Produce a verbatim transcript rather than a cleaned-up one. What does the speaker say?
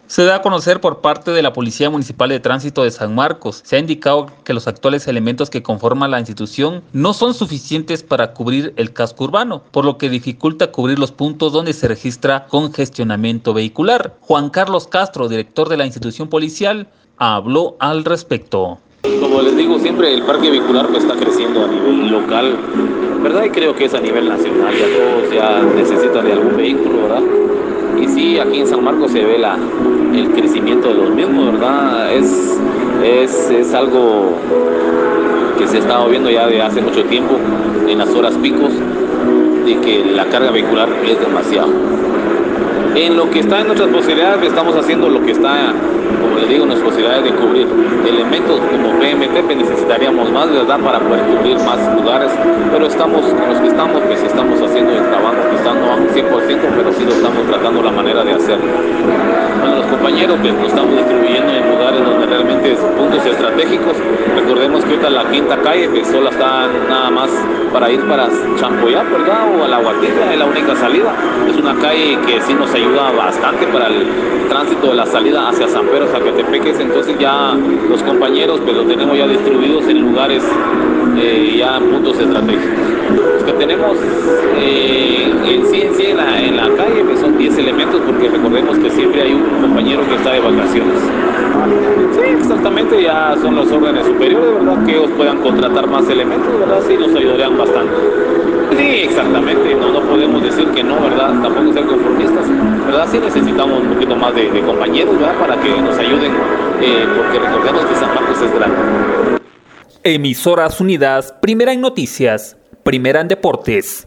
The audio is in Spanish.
Se da a conocer por parte de la Policía Municipal de Tránsito de San Marcos. Se ha indicado que los actuales elementos que conforman la institución no son suficientes para cubrir el casco urbano, por lo que dificulta cubrir los puntos donde se registra congestionamiento vehicular. Juan Carlos Castro, director de la institución policial, habló al respecto. Como les digo, siempre el parque vehicular pues, está creciendo a nivel local, ¿verdad? Y creo que es a nivel nacional, ya todos ya necesitan de algún vehículo, ¿verdad? Y sí, aquí en San Marcos se ve la, el crecimiento de los mismos, ¿verdad? Es, es, es algo que se ha estado viendo ya de hace mucho tiempo en las horas picos, de que la carga vehicular es demasiado. En lo que está en nuestras posibilidades, estamos haciendo lo que está, como les digo, en nuestras posibilidades de cubrir elementos como P M T, pues necesitaríamos más, ¿verdad?, para poder cubrir más lugares, pero estamos, con los que estamos, pues estamos haciendo el trabajo, quizás no a un cien por ciento, pero sí lo estamos tratando la manera de hacerlo. Bueno, los compañeros, pues nos estamos distribuyendo en lugares donde realmente son puntos estratégicos. Recordemos que ahorita la quinta calle, pues solo está nada más para ir para Champoyá, ¿verdad?, o a la Guatita, es la única salida. Es una calle que sí nos ayuda bastante para el tránsito de la salida hacia San Pedro, Zacatepeques. Entonces ya los compañeros pues lo tenemos ya distribuidos en lugares, eh, ya en puntos estratégicos. Los que tenemos eh, en sí en sí en la, en la calle pues son diez elementos, porque recordemos que siempre hay un compañero que está de vacaciones. Sí, exactamente, ya son los órdenes superiores, ¿verdad?, que ellos puedan contratar más elementos, ¿verdad? Sí, nos ayudarían bastante. Sí, exactamente, no, no podemos decir que no, ¿verdad? Tampoco ser conformistas, ¿verdad? Sí necesitamos un poquito más de, de compañeros, ¿verdad?, para que nos ayuden, eh, porque recordemos que San Marcos es grande. Emisoras Unidas, primera en noticias, primera en deportes.